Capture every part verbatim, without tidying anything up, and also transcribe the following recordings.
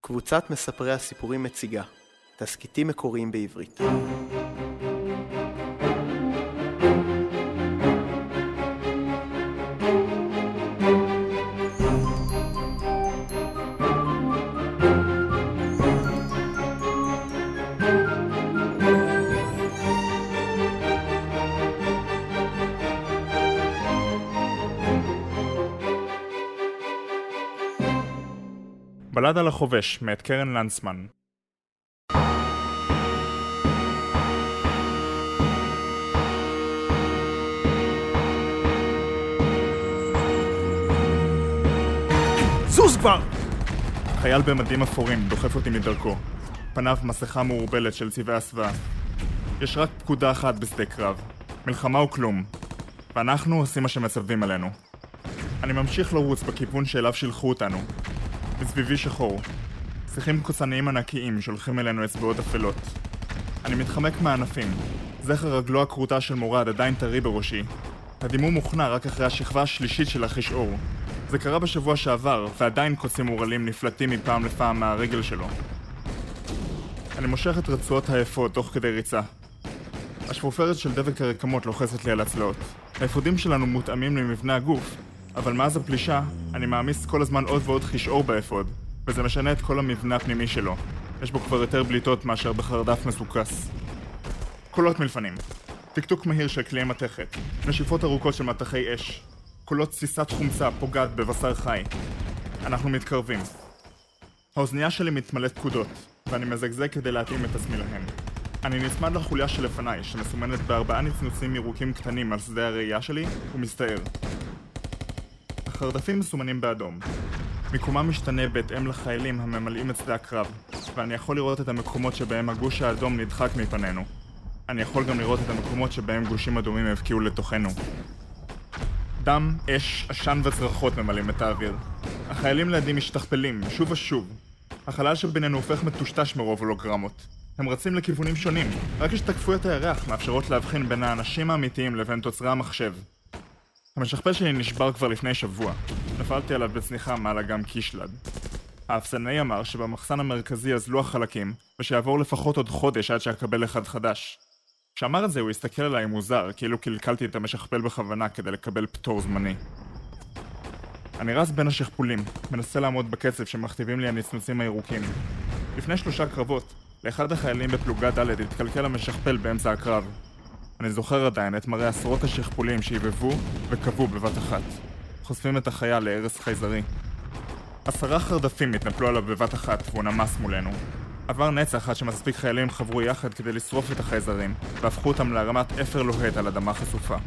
קבוצת מספרי הסיפורים מציגה תסקיטים מקוריים בעברית. בלד על החובש, מאת קרן לנצמן. סוס כבר! חייל במדים אפורים דוחף אותי מדרכו. פניו מסכה מעורבלת של צבעי הסוואה. יש רק פקודה אחת בשדה קרב. מלחמה או כלום. ואנחנו עושים מה שמצווים עלינו. אני ממשיך לרוץ בכיוון שאליו שילחו אותנו. מסביבי שחור. שיחים קוצניים ענקיים שולחים אלינו אצבעות אפלות. אני מתחמק מהענפים. זכר רגלו הקרוטה של מורד עדיין טרי בראשי. הדימום מוכנע רק אחרי השכבה השלישית של החיש אור. זה קרה בשבוע שעבר, ועדיין קוצים מורלים נפלטים מפעם לפעם מהרגל שלו. אני מושך את רצועות היפות תוך כדי ריצה. השפופרת של דבק הרקמות לוחסת לי על הצלעות. האפודים שלנו מותאמים למבנה הגוף, אבל מאז הפלישה, אני מעמיס כל הזמן עוד ועוד חישאור באפוד, וזה משנה את כל המבנה הפנימי שלו. יש בו כבר יותר בליטות מאשר בחרדף מסוכס. קולות מלפנים. טקטוק מהיר של כלי מתכת. נשיפות ארוכות של מטחי אש. קולות תסיסת חומצה פוגעת בבשר חי. אנחנו מתקרבים. האוזנייה שלי מתמלאת פקודות, ואני מזגזג כדי להתאים את עצמי להן. אני נצמד לחוליה שלפניי, שמסומנת בארבעה נצנוצים ירוקים קטנים על שדה הראייה שלי, ומסתער. החרדפים מסומנים באדום. מיקומם משתנה בהתאם לחיילים הממלאים את שדה הקרב, ואני יכול לראות את המקומות שבהם הגוש האדום נדחק מפנינו. אני יכול גם לראות את המקומות שבהם גושים אדומים הבקיעו לתוכנו. דם, אש, עשן וצרחות ממלאים את האוויר. החיילים לידי משתכפלים, שוב ושוב. החלל שבינינו הופך מטושטש מרוב הולוגרמות. הם רצים לכיוונים שונים, רק השתקפויות הירח מאפשרות להבחין בין האנשים האמיתיים לבין תוצרי המחשב. המשכפל שלי נשבר כבר לפני שבוע. נפלתי עליו בצניחה מעל אגם קישלד. האפסנאי אמר שבמחסן המרכזי יזלו החלקים, ושיעבור לפחות עוד חודש עד שאקבל אחד חדש. כשאמר את זה הוא הסתכל עליי מוזר, כאילו קלקלתי את המשכפל בכוונה כדי לקבל פטור זמני. אני רץ בין השכפולים, מנסה לעמוד בקצב שמכתיבים לי הנצנוצים הירוקים. לפני שלושה קרבות, לאחד החיילים בפלוגה ד' התקלקל המשכפל באמצע הקרב. אני זוכר עדיין את מראה עשרות השכפולים שהיבבו וקבו בבת אחת. חושפים את החייל להרס חייזרי. עשרה חרדפים התנפלו עליו בבת אחת והוא נמס מולנו. עבר נצח עד שמספיק חיילים חברו יחד כדי לשרוף את החייזרים והפכו אותם להרמת אפר לוהט על אדמה חשופה.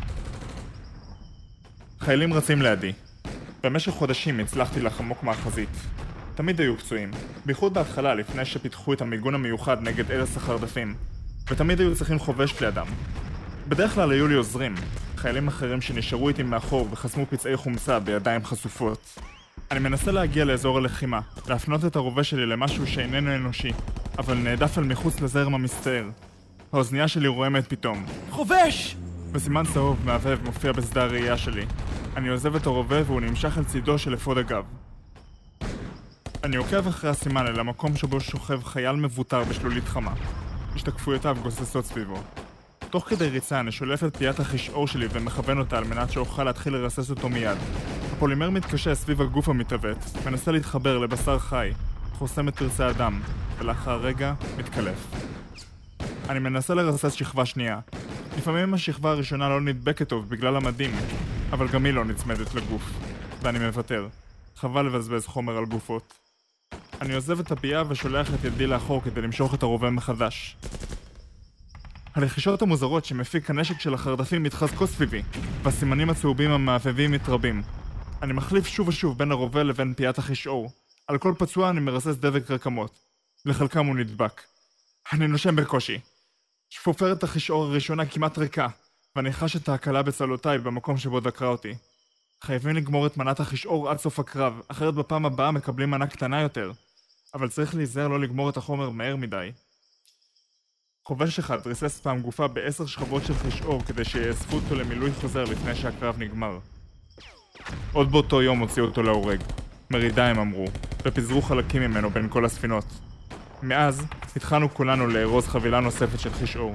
חיילים רצים לידי. במשך חודשים הצלחתי לחמוק מהחזית. תמיד היו פצועים, בייחוד בהתחלה לפני שפיתחו את המיגון המיוחד נגד הרס החרדפים, ותמיד היו צריכים חובש לידם. בדרך כלל היו לי עוזרים, חיילים אחרים שנשארו איתי מאחור וחסמו פצעי חומצה בידיים חשופות. אני מנסה להגיע לאזור הלחימה, להפנות את הרובה שלי למשהו שאיננו אנושי, אבל נעדף על מחוץ לזרם המסתער. האוזנייה שלי רועמת פתאום. חובש! וסימן צהוב מהבהב מופיע בשדה הראייה שלי. אני עוזב את הרובה והוא נמשך על צידו של אפוד הגב. אני עוקב אחרי הסימן אל המקום שבו שוכב חייל מבוטר בשלולית חמה. השתקפויותיו גוססות סביבו. תוך כדי ריצה אני שולף את פיית החישאור שלי ומכוון אותה על מנת שאוכל להתחיל לרסס אותו מיד. הפולימר מתקשה סביב הגוף המתעוות, מנסה להתחבר לבשר חי, חוסם את פרצי הדם, ולאחר רגע מתקלף. אני מנסה לרסס שכבה שנייה. לפעמים השכבה הראשונה לא נדבקת טוב בגלל המדים, אבל גם היא לא נצמדת לגוף, ואני מוותר. חבל לבזבז חומר על גופות. אני עוזב את הפייה ושולח את ידי לאחור כדי למשוך את הרובה מחדש. הלחישות המוזרות שמפיק הנשק של החרדפים מתחזקות סביבי, והסימנים הצהובים המעבבים מתרבים. אני מחליף שוב ושוב בין הרובה לבין פיית החישאור. על כל פצוע אני מרסס דבק רקמות. לחלקם הוא נדבק. אני נושם בקושי. שפופרת החישאור הראשונה כמעט ריקה, ואני חש את ההקלה בצלותיי במקום שבו דקרה אותי. חייבים לגמור את מנת החישאור עד סוף הקרב, אחרת בפעם הבאה מקבלים מנה קטנה יותר. אבל צריך להיזהר לא לגמור את החומר מהר מדי. חובש אחד ריסס פעם גופה בעשר שכבות של חישאור כדי שיאספו אותו למילוי חוזר לפני שהקרב נגמר. עוד באותו יום הוציאו אותו להורג. מרידה הם אמרו, ופיזרו חלקים ממנו בין כל הספינות. מאז התחלנו כולנו לארוז חבילה נוספת של חיש-אור.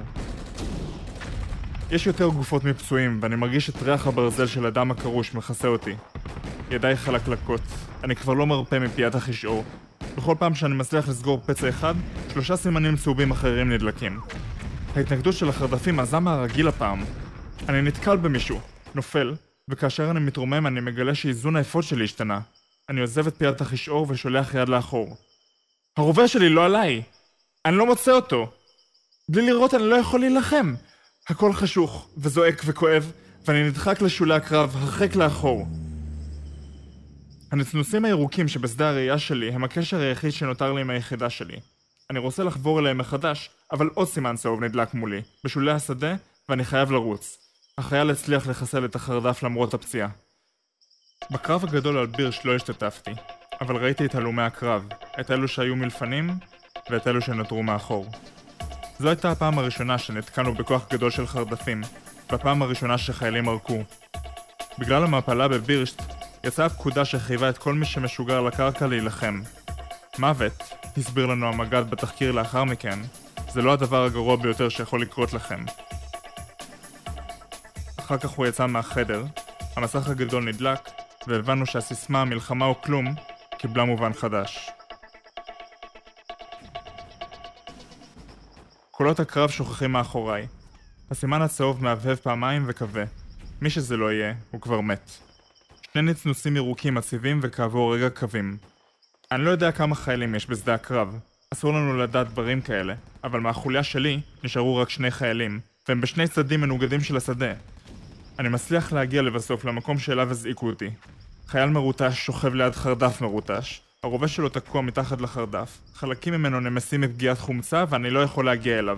יש יותר גופות מפצועים, ואני מרגיש את ריח הברזל של הדם הקרוש מכסה אותי. ידיי חלקלקות, אני כבר לא מרפה מפיית החיש-אור. בכל פעם שאני מצליח לסגור פצע אחד, שלושה סימנים צהובים אחרים נדלקים. ההתנגדות של החרדפים עזה מהרגיל הפעם. אני נתקל במישהו, נופל, וכאשר אני מתרומם אני מגלה שאיזון האפוד שלי השתנה. אני עוזב את פיית החיש-אור ושולח יד לאחור. הרובה שלי לא עליי! אני לא מוצא אותו! בלי לראות אני לא יכול להילחם! הכל חשוך, וזועק וכואב, ואני נדחק לשולי הקרב, הרחק לאחור. הנצנוצים הירוקים שבשדה הראייה שלי הם הקשר היחיד שנותר לי עם היחידה שלי. אני רוצה לחבור אליהם מחדש, אבל עוד סימן צהוב נדלק מולי, בשולי השדה, ואני חייב לרוץ. החייל הצליח לחסל את החרדף למרות הפציעה. בקרב הגדול על בירש לא השתתפתי, אבל ראיתי את הלומי הקרב, את אלו שהיו מלפנים, ואת אלו שנותרו מאחור. זו הייתה הפעם הראשונה שנתקנו בכוח גדול של חרדפים, והפעם הראשונה שחיילים ערקו. בגלל המפלה בבירשט, יצאה הפקודה שחייבה את כל מי שמשוגר לקרקע להילחם. מוות, הסביר לנו המג"ד בתחקיר לאחר מכן, זה לא הדבר הגרוע ביותר שיכול לקרות לכם. אחר כך הוא יצא מהחדר, המסך הגדול נדלק, והבנו שהסיסמה מלחמה או כלום קיבלה מובן חדש. קולות הקרב שוכחים מאחוריי. הסימן הצהוב מהבהב פעמיים וקווה. מי שזה לא יהיה, הוא כבר מת. שני נצנוצים ירוקים מציבים וכעבור רגע קווים. אני לא יודע כמה חיילים יש בשדה הקרב. אסור לנו לדעת דברים כאלה, אבל מהחוליה שלי נשארו רק שני חיילים, והם בשני צדדים מנוגדים של השדה. אני מצליח להגיע לבסוף למקום שאליו הזעיקו אותי. חייל מרוטש שוכב ליד חרדף מרוטש. הרובה שלו תקוע מתחת לחרדף. חלקים ממנו נמסים מפגיעת חומצה ואני לא יכול להגיע אליו.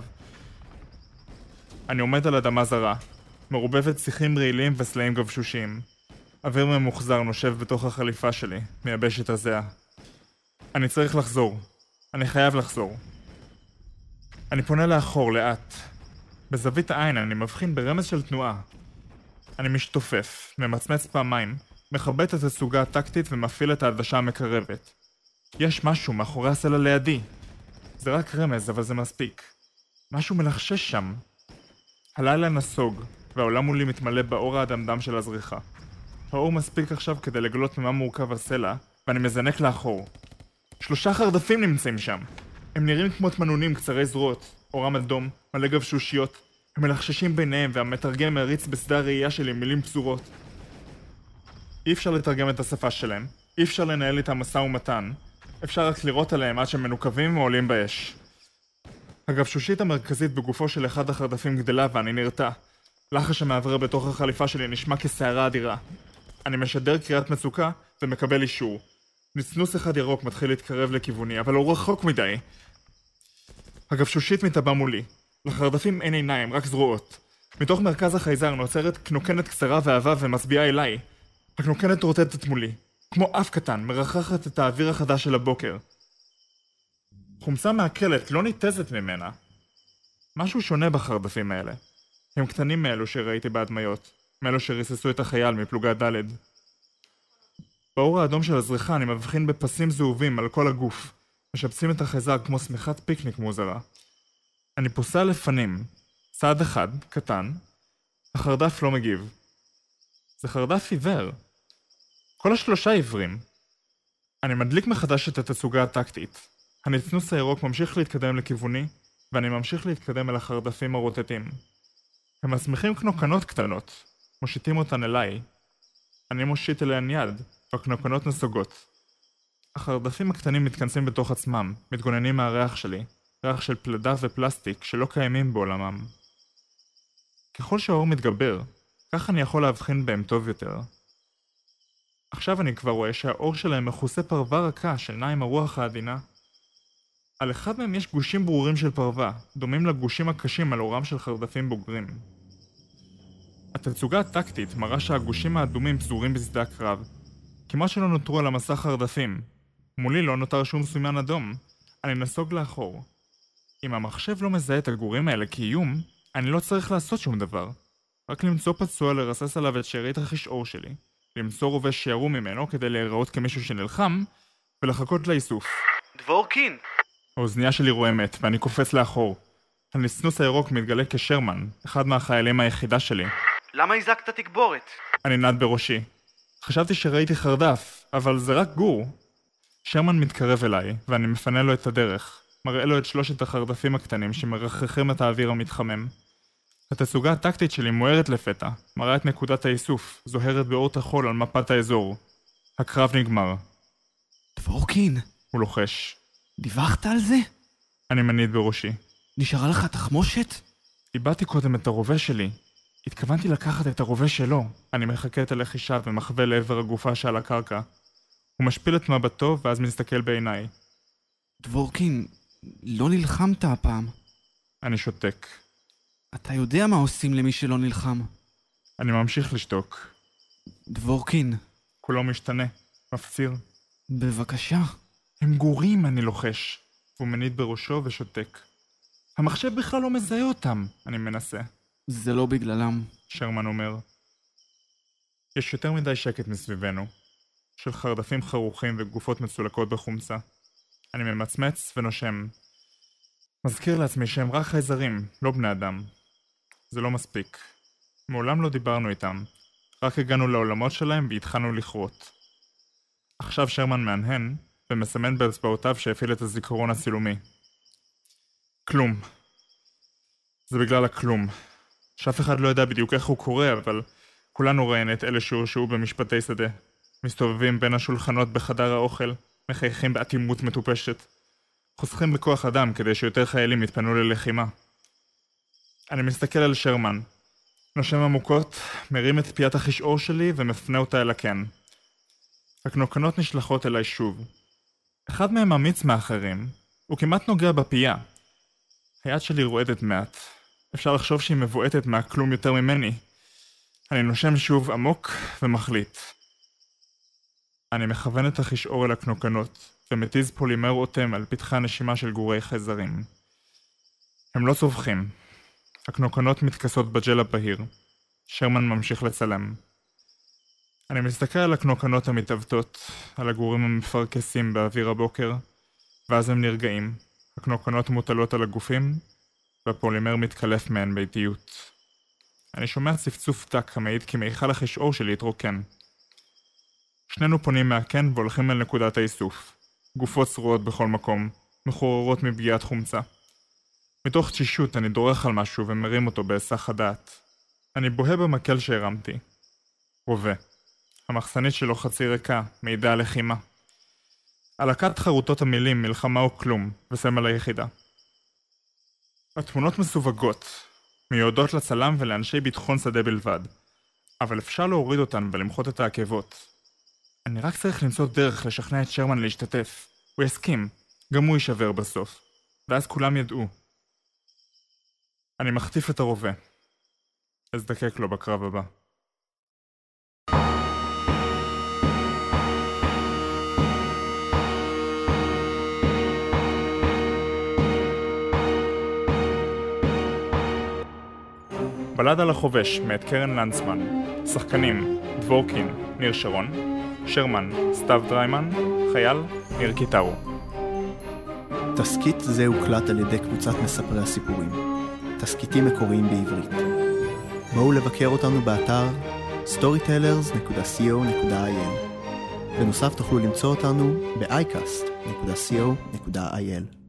אני עומד על אדמה זרה, מרובבת שיחים רעילים וסלעים גבשושיים. אוויר ממוחזר נושב בתוך החליפה שלי, מייבש את הזיעה. אני צריך לחזור. אני חייב לחזור. אני פונה לאחור לאט. בזווית העין אני מבחין ברמז של תנועה. אני משתופף, ממצמץ פעמיים, מחבט את הסוגה הטקטית ומפעיל את העדשה המקרבת. יש משהו מאחורי הסלע לידי. זה רק רמז, אבל זה מספיק. משהו מלחשש שם. הלילה נסוג, והעולם מולי מתמלא באור האדמדם של הזריחה. האור מספיק עכשיו כדי לגלות ממה מורכב הסלע, ואני מזנק לאחור. שלושה חרדפים נמצאים שם. הם נראים כמו תמנונים קצרי זרועות, אורם אדום, מלא גבשושיות. הם מלחששים ביניהם, והמתרגם מריץ בשדה הראייה שלי מילים פזורות. אי אפשר לתרגם את השפה שלהם, אי אפשר לנהל איתם משא ומתן, אפשר רק לראות עליהם עד שהם מנוקבים או עולים באש. הגבשושית המרכזית בגופו של אחד החרדפים גדלה ואני נרתע. לחש המעבר בתוך החליפה שלי נשמע כסערה אדירה. אני משדר קריאת מצוקה ומקבל אישור. נצנוץ אחד ירוק מתחיל להתקרב לכיווני, אבל הוא רחוק מדי. הגבשושית מתאבא מולי. לחרדפים אין עיניים, רק זרועות. מתוך מרכז החייזר נוצרת קנוקנת קצרה ועבה ומצביעה אליי. הקנוקנת רוטטת מולי, כמו אף קטן, מרחחת את האוויר החדש של הבוקר. חומצה מעכלת, לא ניתזת ממנה. משהו שונה בחרדפים האלה. הם קטנים מאלו שראיתי בהדמיות, מאלו שריססו את החייל מפלוגת ד'. באור האדום של הזריחה אני מבחין בפסים זהובים על כל הגוף, משבצים את החייזר כמו שמחת פיקניק מוזרה. אני פוסע לפנים, צעד אחד, קטן, החרדף לא מגיב. זה חרדף עיוור. כל השלושה עיוורים. אני מדליק מחדש את התצוגה הטקטית. הנצנוץ הירוק ממשיך להתקדם לכיווני, ואני ממשיך להתקדם אל החרדפים הרוטטים. הם מצמיחים קנוקנות קטנות, מושיטים אותן אליי. אני מושיט אליהן יד, והקנוקנות נסוגות. החרדפים הקטנים מתכנסים בתוך עצמם, מתגוננים מהריח שלי, ריח של פלדה ופלסטיק שלא קיימים בעולמם. ככל שהאור מתגבר, כך אני יכול להבחין בהם טוב יותר. עכשיו אני כבר רואה שהאור שלהם מכוסה פרווה רכה שנעה עם הרוח העדינה. על אחד מהם יש גושים ברורים של פרווה, דומים לגושים הקשים על אורם של חרדפים בוגרים. התצוגה הטקטית מראה שהגושים האדומים פזורים בשדה הקרב. כמעט שלא נותרו על המסך חרדפים. מולי לא נותר שום סימן אדום. אני נסוג לאחור. אם המחשב לא מזהה את הגורים האלה כאיום, אני לא צריך לעשות שום דבר. רק למצוא פצוע לרסס עליו את שארית החיש-אור שלי, למצוא רובה שירו ממנו כדי להיראות כמישהו שנלחם, ולחכות לאיסוף. דבורקין! האוזנייה שלי רועמת, ואני קופץ לאחור. הנסנוס הירוק מתגלה כשרמן, אחד מהחיילים היחידה שלי. למה הזקת תקבורת? אני נד בראשי. חשבתי שראיתי חרדף, אבל זה רק גור. שרמן מתקרב אליי, ואני מפנה לו את הדרך. מראה לו את שלושת החרדפים הקטנים שמרחכים את האוויר המתחמם. התצוגה הטקטית שלי מוארת לפתע, מראה את נקודת האיסוף, זוהרת באור תחול על מפת האזור. הקרב נגמר. דבורקין, הוא לוחש. דיווחת על זה? אני מניד בראשי. נשארה לך תחמושת? איבדתי קודם את הרובה שלי. התכוונתי לקחת את הרובה שלו. אני מחכה את הלחישה ומחווה לעבר הגופה שעל הקרקע. הוא משפיל את מבטו ואז מסתכל בעיניי. דבורקין, לא נלחמת הפעם. אני שותק. אתה יודע מה עושים למי שלא נלחם. אני ממשיך לשתוק. דבורקין. כולו משתנה. מפציר. בבקשה. הם גורים, אני לוחש. הוא מניד בראשו ושותק. המחשב בכלל לא מזהה אותם, אני מנסה. זה לא בגללם. שרמן אומר. יש יותר מדי שקט מסביבנו. של חרדפים חרוכים וגופות מצולקות בחומצה. אני ממצמץ ונושם. מזכיר לעצמי שהם רק חייזרים, לא בני אדם. זה לא מספיק. מעולם לא דיברנו איתם. רק הגענו לעולמות שלהם והתחלנו לכרות. עכשיו שרמן מהנהן ומסמן באצבעותיו שהפעיל את הזיכרון הצילומי. כלום. זה בגלל הכלום. שאף אחד לא יודע בדיוק איך הוא קורא, אבל כולנו ראינו את אלה שהורשעו במשפטי שדה. מסתובבים בין השולחנות בחדר האוכל, מחייכים באטימות מטופשת. חוסכים בכוח אדם כדי שיותר חיילים יתפנו ללחימה. אני מסתכל על שרמן. נושם עמוקות, מרים את פיית החישאור שלי ומפנה אותה אל הקן. הקנוקנות נשלחות אליי שוב. אחד מהם אמיץ מאחרים, הוא כמעט נוגע בפייה. היד שלי רועדת מעט. אפשר לחשוב שהיא מבועטת מהכלום יותר ממני. אני נושם שוב עמוק ומחליט. אני מכוון את החישאור אל הקנוקנות, ומתיז פולימר אוטם על פתחי הנשימה של גורי חייזרים. הם לא צווחים. הקנוקנות מתכסות בג'ל הבהיר. שרמן ממשיך לצלם. אני מסתכל על הקנוקנות המתעוותות, על הגורים המפרקסים באוויר הבוקר, ואז הם נרגעים. הקנוקנות מוטלות על הגופים, והפולימר מתקלף מהן באיטיות. אני שומע צפצוף טק המעיד כי מיכל החישאור שלי התרוקן. שנינו פונים מהקן והולכים אל נקודת האיסוף. גופות צרועות בכל מקום, מחוררות מפגיעת חומצה. מתוך תשישות אני דורך על משהו ומרים אותו בהיסח הדעת. אני בוהה במקל שהרמתי. רובה. המחסנית שלו חצי ריקה, מעידה על לחימה. על הקת חרוטות המילים מלחמה או כלום, וסמל היחידה. התמונות מסווגות, מיועדות לצלם ולאנשי ביטחון שדה בלבד, אבל אפשר להוריד אותן ולמחות את העקבות. אני רק צריך למצוא דרך לשכנע את שרמן להשתתף. הוא יסכים, גם הוא יישבר בסוף, ואז כולם ידעו. אני מחטיף את הרובה. אזדקק לו בקרב הבא. בלד על החובש, מאת קרן לנצמן. שחקנים, דבורקין, ניר שרון. שרמן, סתיו דריימן. חייל, ניר קיטרו. תסקית זה הוקלט על ידי קבוצת מספרי הסיפורים. תסקיטים מקוריים בעברית. בואו לבקר אותנו באתר סטוריטלרס נקודה סי או נקודה איי אל. בנוסף תוכלו למצוא אותנו ב-איי קאסט נקודה סי או נקודה איי אל.